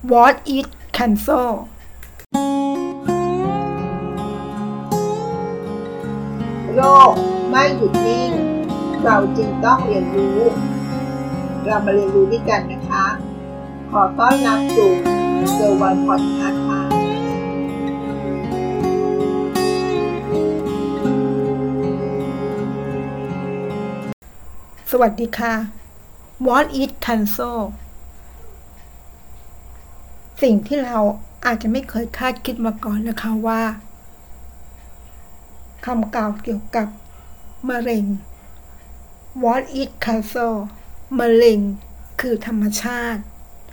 What is cancer โรคไม่หยุดนิ่งเราจึงต้องเรียนรู้เรามาเรียนรู้ด้วยกันนะคะขอต้อนรับสู่เซอร์วันพอดคาสต์ค่ะสวัสดีค่ะ What is cancer สิ่งที่เราอาจจะไม่เคยคาดคิดมาก่อนนะคะว่าคำกล่าวเกี่ยวกับมะเร็ง What is cancer มะเร็งคือธรรมชาติ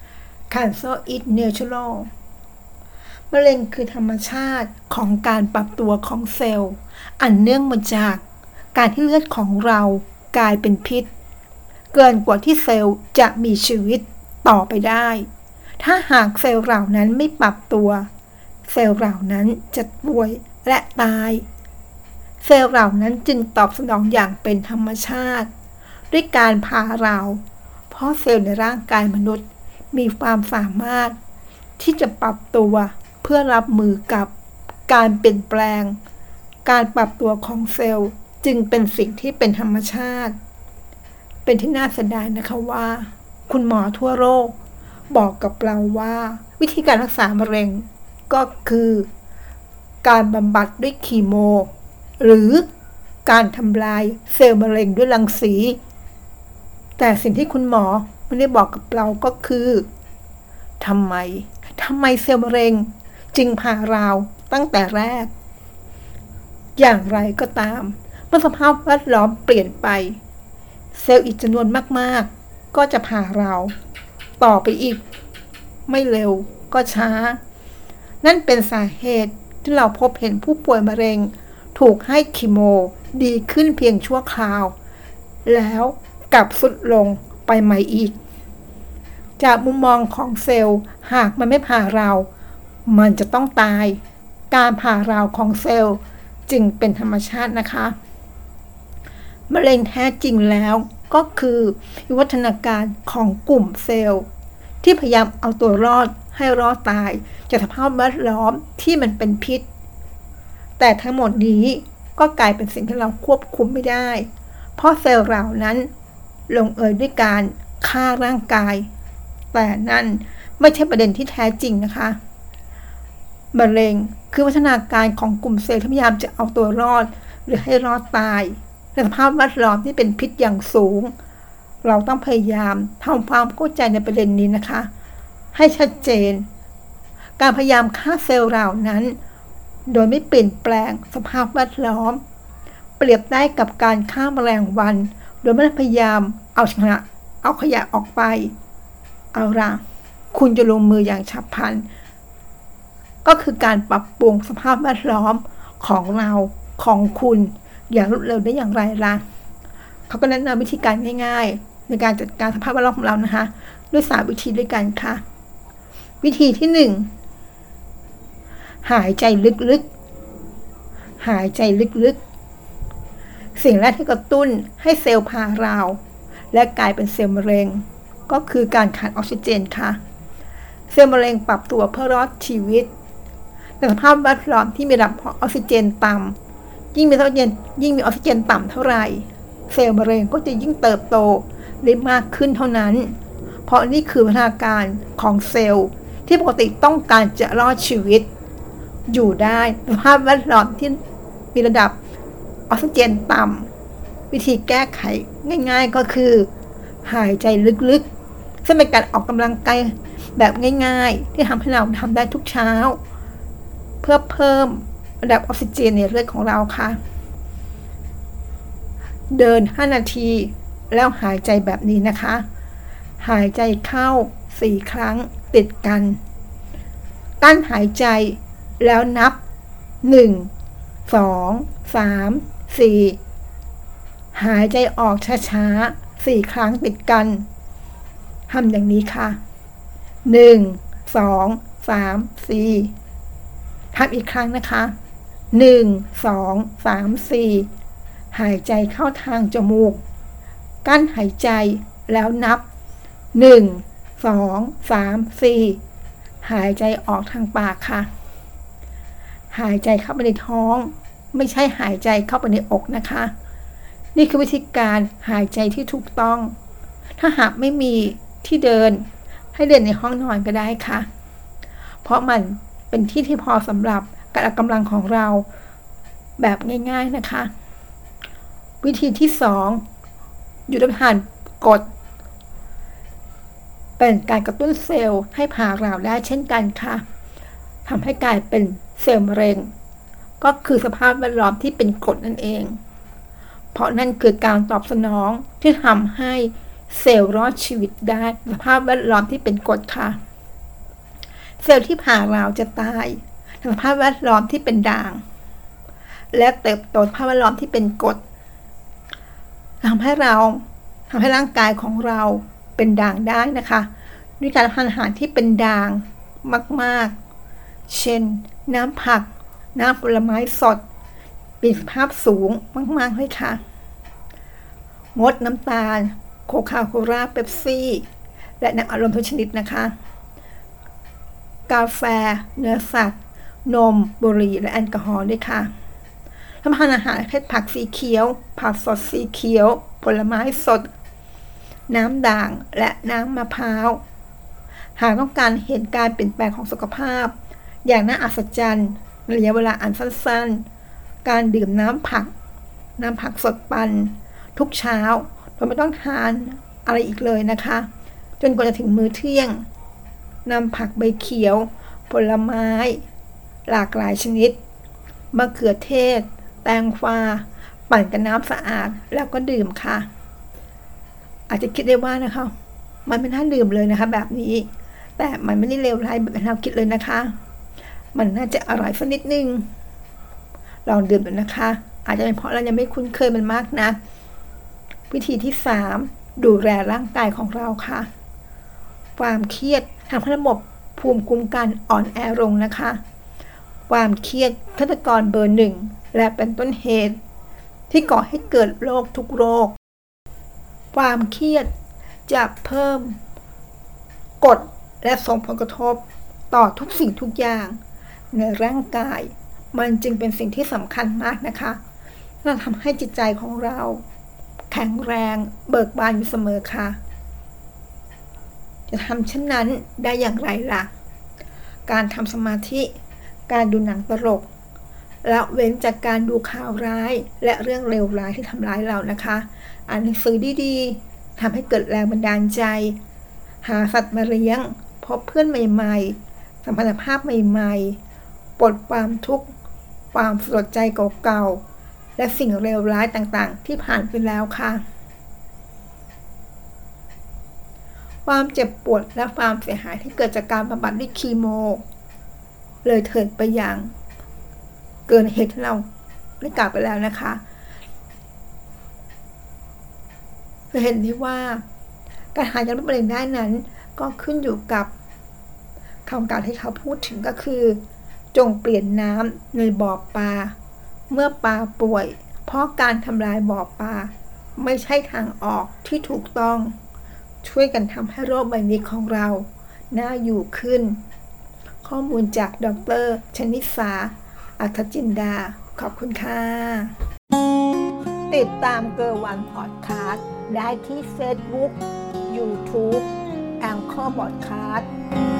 Cancer is natural มะเร็งคือธรรมชาติของการปรับตัวของเซลล์อันเนื่องมาจากการที่เลือดของเรากลายเป็นพิษเกินกว่าที่เซลล์จะมีชีวิตต่อไปได้ถ้าหากเซลล์เหล่านั้นไม่ปรับตัวเซลล์เหล่านั้นจะป่วยและตายเซลล์เหล่านั้นจึงตอบสนองอย่างเป็นธรรมชาติด้วยการผ่าเราเพราะเซลล์ในร่างกายมนุษย์มีความสามารถที่จะปรับตัวเพื่อรับมือกับการเปลี่ยนแปลงการปรับตัวของเซลล์จึงเป็นสิ่งที่เป็นธรรมชาติเป็นที่น่าเสียดายนะคะว่าคุณหมอทั่วโลกบอกกับเราว่าวิธีการรักษามะเร็งก็คือการบำบัดด้วยคีโมหรือการทำลายเซลล์มะเร็งด้วยรังสีแต่สิ่งที่คุณหมอไม่ได้บอกกับเราก็คือทำไมเซลล์มะเร็งจึงผ่าเราตั้งแต่แรกอย่างไรก็ตามเมื่อสภาพแวดล้อมเปลี่ยนไปเซลล์อีกจำนวนมากๆก็จะผ่าเราต่อไปอีกไม่เร็วก็ช้านั่นเป็นสาเหตุที่เราพบเห็นผู้ป่วยมะเร็งถูกให้คีโมดีขึ้นเพียงชั่วคราวแล้วกลับทรุดลงไปใหม่อีกจากมุมมองของเซลล์หากมันไม่ผ่าเรามันจะต้องตายการผ่าเราของเซลล์จึงเป็นธรรมชาตินะคะมะเร็งแท้จริงแล้วก็คือวิวัฒนาการของกลุ่มเซลล์ที่พยายามเอาตัวรอดให้รอดตายจากสภาพแวดล้อมที่มันเป็นพิษแต่ทั้งหมดนี้ก็กลายเป็นสิ่งที่เราควบคุมไม่ได้เพราะเซลล์เหล่านั้นลงเอยด้วยการฆ่าร่างกายแต่นั่นไม่ใช่ประเด็นที่แท้จริงนะคะมะเร็งคือวิวัฒนาการของกลุ่มเซลล์ที่พยายามจะเอาตัวรอดหรือให้รอดตายในสภาพแวดล้อมที่เป็นพิษอย่างสูงเราต้องพยายามทำความเข้าใจในประเด็นนี้นะคะให้ชัดเจนการพยายามฆ่าเซลล์เหล่านั้นโดยไม่เปลี่ยนแปลงสภาพแวดล้อมเปรียบได้กับการฆ่าแมลงวันโดยไม่พยายามเอาขยะออกไปเอาล่ะคุณจะลงมืออย่างฉับพลันก็คือการปรับปรุงสภาพแวดล้อมของเราของคุณอย่างรวดเร็วได้อย่างไรล่ะเขาก็แนะนำวิธีการง่ายๆในการจัดการสภาพแวดล้อมของเรานะคะด้วย3วิธีด้วยกันค่ะวิธีที่1หายใจลึกๆสิ่งแรกที่กระตุ้นให้เซลล์ผ่าเราและกลายเป็นเซลล์มะเร็งก็คือการขาดออกซิเจนค่ะเซลล์มะเร็งปรับตัวเพื่อรอดชีวิตในสภาพแวดล้อมที่มีระดับออกซิเจนต่ำยิ่งมีออกซิเจนต่ำเท่าไหร่เซลล์มะเร็งก็จะยิ่งเติบโตได้มากขึ้นเท่านั้นเพราะนี่คือพัฒนาการของเซลล์ที่ปกติต้องการจะรอดชีวิตอยู่ได้ในสภาพแวดล้อมที่มีระดับออกซิเจนต่ำวิธีแก้ไขง่ายๆก็คือหายใจลึกๆซึ่งเป็นการออกกำลังกายแบบง่ายๆที่ทำให้เราทำได้ทุกเช้าเพื่อเพิ่มระดับออกซิเจนในเลือดของเราค่ะเดิน5 นาทีแล้วหายใจแบบนี้นะคะหายใจเข้า4 ครั้งติดกันกั้นหายใจแล้วนับ1 2 3 4หายใจออกช้าๆ4 ครั้งติดกันทำอย่างนี้ค่ะ1 2 3 4ทำอีกครั้งนะคะ1 2 3 4หายใจเข้าทางจมูกกั้นหายใจแล้วนับ1 2 3 4 หายใจออกทางปากค่ะหายใจเข้าไปในท้องไม่ใช่หายใจเข้าไปในอกนะคะนี่คือวิธีการหายใจที่ถูกต้องถ้าหากไม่มีที่เดินให้เดินในห้องนอนก็ได้ค่ะเพราะมันเป็นที่ที่พอสำหรับการออกกำลังของเราแบบง่ายๆนะคะวิธีที่2อยู่ด้วยการกดเป็นการกระตุ้นเซลล์ให้ผ่าเราได้เช่นกันค่ะทำให้กลายเป็นเซลล์มะเร็งก็คือสภาพแวดล้อมที่เป็นกรดนั่นเองเพราะนั่นคือการตอบสนองที่ทำให้เซลล์รอดชีวิตได้สภาพแวดล้อมที่เป็นกรดค่ะเซลล์ที่ผ่าเราจะตายในสภาพแวดล้อมที่เป็นด่างและเติบโตสภาพแวดล้อมที่เป็นกรดทำให้ร่างกายของเราเป็นด่างได้นะคะด้วยการทานอาหารที่เป็นด่างมากๆเช่นน้ำผักน้ำผลไม้สดมีประสิทธิภาพสูงมากๆเลยค่ะงดน้ำตาลโคคาโคล่าเป๊ปซี่และน้ำอัดลมทุกชนิดนะคะกาแฟเนื้อสัตว์นมบุหรี่และแอลกอฮอล์ด้วยค่ะทำอาหารประเภทผักสีเขียวผักสดสีเขียวผลไม้สดน้ำด่างและน้ำมะพร้าวหากต้องการเห็นการเปลี่ยนแปลงของสุขภาพอย่างน่าอัศจรรย์ในระยะเวลาอันสั้นๆการดื่มน้ำผักสดปั่นทุกเช้าโดยไม่ต้องทานอะไรอีกเลยนะคะจนกว่าจะถึงมื้อเที่ยงนำผักใบเขียวผลไม้หลากหลายชนิดมะเขือเทศแตงกวาปั่นกับน้ำสะอาดแล้วก็ดื่มค่ะอาจจะคิดได้ว่านะคะมันไม่น่าดื่มเลยนะคะแบบนี้แต่มันไม่ได้เลวร้ายแบบที่เราคิดเลยนะคะมันน่าจะอร่อยสักนิดนึงลองดื่มดูนะคะอาจจะเป็นเพราะเรายังไม่คุ้นเคยมันมากนะวิธีที่3ดูแลร่างกายของเราค่ะความเครียดทำให้ระบบภูมิคุ้มกันอ่อนแอลงนะคะความเครียดฆาตกรเบอร์1และเป็นต้นเหตุที่ก่อให้เกิดโรคทุกโรคความเครียดจะเพิ่มกรดและส่งผลกระทบต่อทุกสิ่งทุกอย่างในร่างกายมันจึงเป็นสิ่งที่สำคัญมากนะคะเราทำให้จิตใจของเราแข็งแรงเบิกบานอยู่เสมอค่ะจะทำเช่นนั้นได้อย่างไรล่ะการทำสมาธิการดูหนังตลกละเว้นจากการดูข่าวร้ายและเรื่องเลวร้ายที่ทำร้ายเรานะคะอ่านหนังสือดีๆทำให้เกิดแรงบันดาลใจหาสัตว์มาเลี้ยงพบเพื่อนใหม่ๆสัมพันธภาพใหม่ๆปลดความทุกข์ความสลดใจเก่าๆและสิ่งเลวร้ายต่างๆที่ผ่านไปแล้วค่ะความเจ็บปวดและความเสียหายที่เกิดจากการบำบัดด้วยคีโมเลยเถิดไปอย่างเกินเหตุที่เราได้กล่าวไปแล้วนะคะจะเห็นได้ว่าการหายจากโรคมะเร็งได้นั้นก็ขึ้นอยู่กับคำกล่าวที่เขาพูดถึงก็คือจงเปลี่ยนน้ำในบ่อปลาเมื่อปลาป่วยเพราะการทำลายบ่อปลาไม่ใช่ทางออกที่ถูกต้องช่วยกันทำให้โลกใบนี้ของเราน่าอยู่ขึ้นข้อมูลจากดร.ชนิสาอัธจินดาขอบคุณค่ะติดตามเกอร์วันพอดคาสต์ได้ที่ Facebook YouTube Anchor Podcast